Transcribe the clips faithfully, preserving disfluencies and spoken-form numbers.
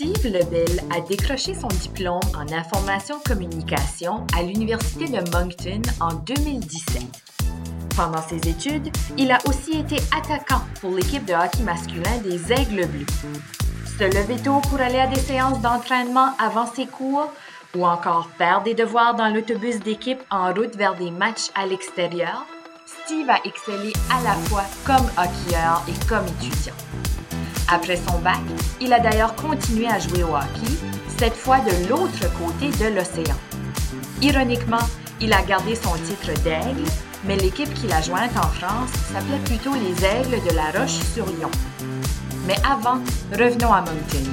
Steve Lebel a décroché son diplôme en information-communication à l'Université de Moncton en deux mille dix-sept. Pendant ses études, il a aussi été attaquant pour l'équipe de hockey masculin des Aigles Bleus. Se lever tôt pour aller à des séances d'entraînement avant ses cours ou encore faire des devoirs dans l'autobus d'équipe en route vers des matchs à l'extérieur, Steve a excellé à la fois comme hockeyeur et comme étudiant. Après son bac, il a d'ailleurs continué à jouer au hockey, cette fois de l'autre côté de l'océan. Ironiquement, il a gardé son titre d'aigle, mais l'équipe qu'il a jointe en France s'appelait plutôt les Aigles de la Roche-sur-Yon. Mais avant, revenons à Moncton.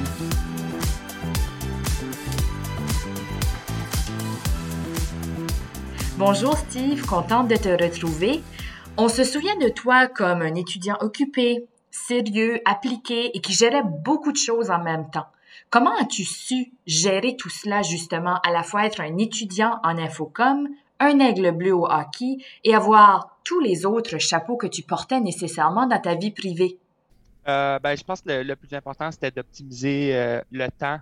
Bonjour Steve, contente de te retrouver. On se souvient de toi comme un étudiant occupé, sérieux, appliqué et qui gérait beaucoup de choses en même temps. Comment as-tu su gérer tout cela justement, à la fois être un étudiant en infocom, un aigle bleu au hockey et avoir tous les autres chapeaux que tu portais nécessairement dans ta vie privée? Euh, ben, je pense que le, le plus important, c'était d'optimiser euh, le temps,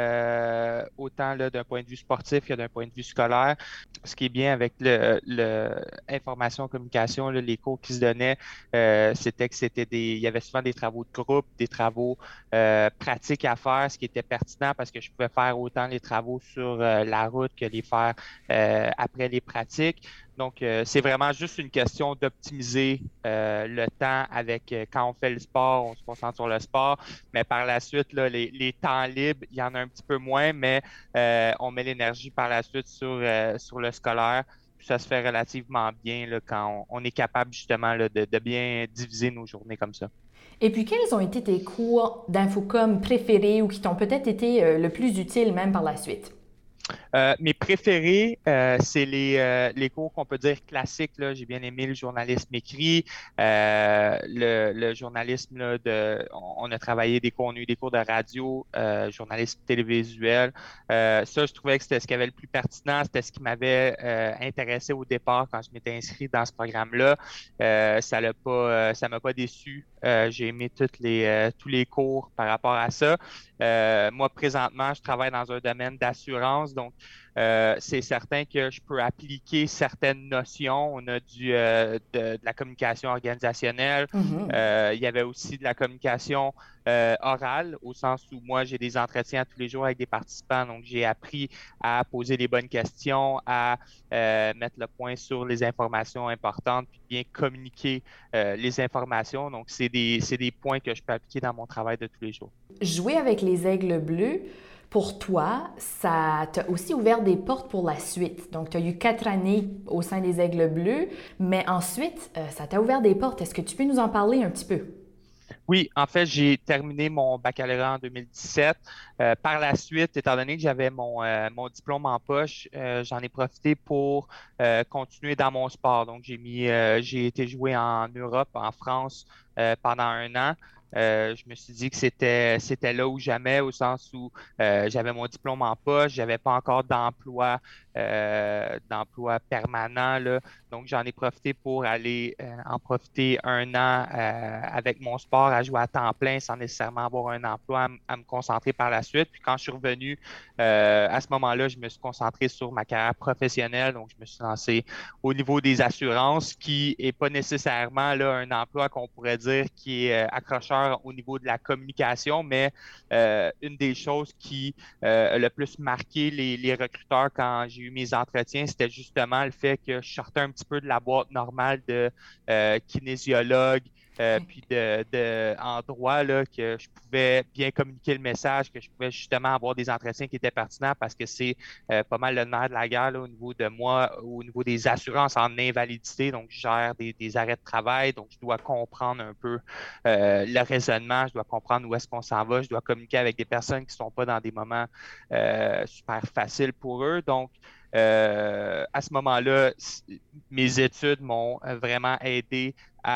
euh, autant là, d'un point de vue sportif que d'un point de vue scolaire. Ce qui est bien avec le, le information communication, là, les cours qui se donnaient, euh, c'était que c'était des, il y avait souvent des travaux de groupe, des travaux euh, pratiques à faire, ce qui était pertinent parce que je pouvais faire autant les travaux sur euh, la route que les faire euh, après les pratiques. Donc, euh, c'est vraiment juste une question d'optimiser euh, le temps avec euh, quand on fait le sport, on se concentre sur le sport, mais par la suite, là, les, les temps libres, il y en a un petit peu moins, mais euh, on met l'énergie par la suite sur, euh, sur le scolaire. Puis ça se fait relativement bien là, quand on, on est capable justement là, de, de bien diviser nos journées comme ça. Et puis, quels ont été tes cours d'infocom préférés ou qui t'ont peut-être été euh, le plus utiles même par la suite? Euh, mes préférés, euh, c'est les, euh, les cours qu'on peut dire classiques, là. J'ai bien aimé le journalisme écrit, euh, le, le journalisme là, de, on, on a travaillé des cours, on a eu des cours de radio, euh, journalisme télévisuel. Euh, ça, je trouvais que c'était ce qui avait le plus pertinent, c'était ce qui m'avait euh, intéressé au départ quand je m'étais inscrit dans ce programme-là. Euh, ça l'a pas, euh, ça m'a pas déçu. Euh, j'ai aimé toutes les, euh, tous les cours par rapport à ça. Euh, moi, présentement, je travaille dans un domaine d'assurance, donc euh, c'est certain que je peux appliquer certaines notions. On a du, euh, de, de la communication organisationnelle. Mhm. Euh, il y avait aussi de la communication euh, orale, au sens où moi, j'ai des entretiens tous les jours avec des participants, donc j'ai appris à poser les bonnes questions, à euh, mettre le point sur les informations importantes, puis bien communiquer euh, les informations. Donc, c'est des, c'est des points que je peux appliquer dans mon travail de tous les jours. Jouer avec les Aigles Bleus, pour toi, ça t'a aussi ouvert des portes pour la suite. Donc, tu as eu quatre années au sein des Aigles Bleus, mais ensuite, euh, ça t'a ouvert des portes. Est-ce que tu peux nous en parler un petit peu? Oui, en fait, j'ai terminé mon baccalauréat en deux mille dix-sept. Euh, par la suite, étant donné que j'avais mon, euh, mon diplôme en poche, euh, j'en ai profité pour euh, continuer dans mon sport. Donc, j'ai mis, euh, j'ai été jouer en Europe, en France, euh, pendant un an. Euh, je me suis dit que c'était c'était là ou jamais, au sens où euh, j'avais mon diplôme en poche, j'avais pas encore d'emploi euh, d'emploi permanent là. Donc, j'en ai profité pour aller euh, en profiter un an euh, avec mon sport, à jouer à temps plein sans nécessairement avoir un emploi, à, m- à me concentrer par la suite. Puis quand je suis revenu, euh, à ce moment-là, je me suis concentré sur ma carrière professionnelle. Donc, je me suis lancé au niveau des assurances, qui est pas nécessairement là, un emploi qu'on pourrait dire qui est euh, accrocheur au niveau de la communication, mais euh, une des choses qui euh, a le plus marqué les, les recruteurs quand j'ai eu mes entretiens, c'était justement le fait que je sortais un petit peu de la boîte normale de euh, kinésiologue, euh, puis de, de, en droit, là, que je pouvais bien communiquer le message, que je pouvais justement avoir des entretiens qui étaient pertinents parce que c'est euh, pas mal le nerf de la guerre là, au niveau de moi, au niveau des assurances en invalidité. Donc, je gère des, des arrêts de travail, donc je dois comprendre un peu euh, le raisonnement, je dois comprendre où est-ce qu'on s'en va, je dois communiquer avec des personnes qui ne sont pas dans des moments euh, super faciles pour eux. Donc, euh, à ce moment-là, mes études m'ont vraiment aidé à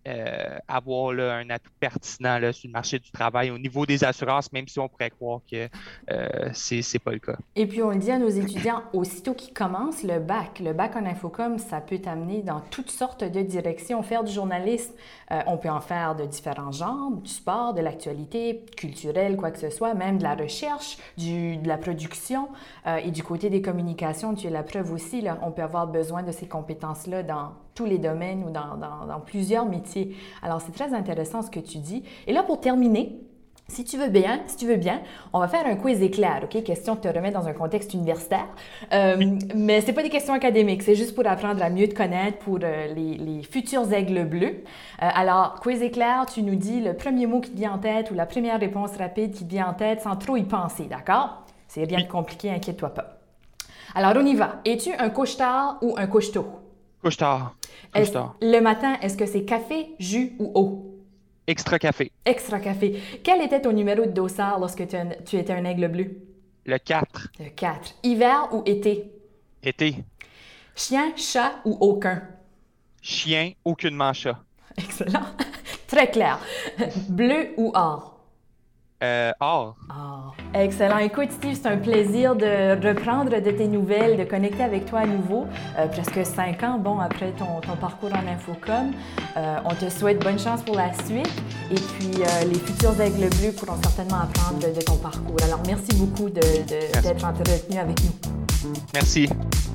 euh, avoir là, un atout pertinent là, sur le marché du travail au niveau des assurances, même si on pourrait croire que euh, c'est, c'est pas le cas. Et puis, on le dit à nos étudiants, aussitôt qu'ils commencent le bac, le bac en infocom, ça peut t'amener dans toutes sortes de directions. Faire du journalisme, euh, on peut en faire de différents genres, du sport, de l'actualité, culturelle, quoi que ce soit, même de la recherche, du, de la production. Euh, et du côté des communications, tu es la preuve aussi, là, on peut avoir besoin de ces compétences-là dans tous les domaines ou dans, dans, dans plusieurs métiers. Alors, c'est très intéressant ce que tu dis. Et là, pour terminer, Si tu veux bien, si tu veux bien, on va faire un quiz éclair, OK? Question de te remettre dans un contexte universitaire. Euh, oui. Mais ce n'est pas des questions académiques, c'est juste pour apprendre à mieux te connaître pour euh, les, les futurs aigles bleus. Euh, alors, quiz éclair, tu nous dis le premier mot qui te vient en tête ou la première réponse rapide qui te vient en tête sans trop y penser, d'accord? C'est rien oui. de compliqué, inquiète-toi pas. Alors, on y va. Es-tu un couche-tard ou un couche-tôt? Couche-tard. Couche-tard. Le matin, est-ce que c'est café, jus ou eau? Extra café. Extra café. Quel était ton numéro de dossard lorsque tu, tu étais un aigle bleu? Le quatre. Le quatre. Hiver ou été? Été. Chien, chat ou aucun? Chien, aucunement chat. Excellent. Très clair. Bleu ou or? Euh, or. Or. Excellent. Écoute, Steve, c'est un plaisir de reprendre de tes nouvelles, de connecter avec toi à nouveau. Euh, presque cinq ans, bon, après ton, ton parcours en infocom. Euh, on te souhaite bonne chance pour la suite. Et puis, euh, les futurs aigles bleus pourront certainement apprendre de ton parcours. Alors, merci beaucoup de, de, d'être entretenu avec nous. Merci.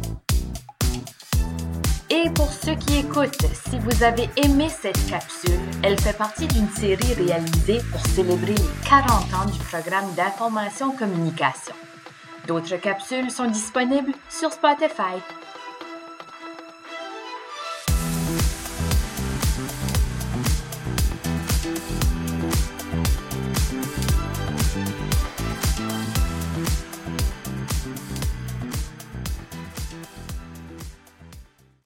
Et pour ceux qui écoutent, si vous avez aimé cette capsule, elle fait partie d'une série réalisée pour célébrer les quarante ans du programme d'information communication. D'autres capsules sont disponibles sur Spotify.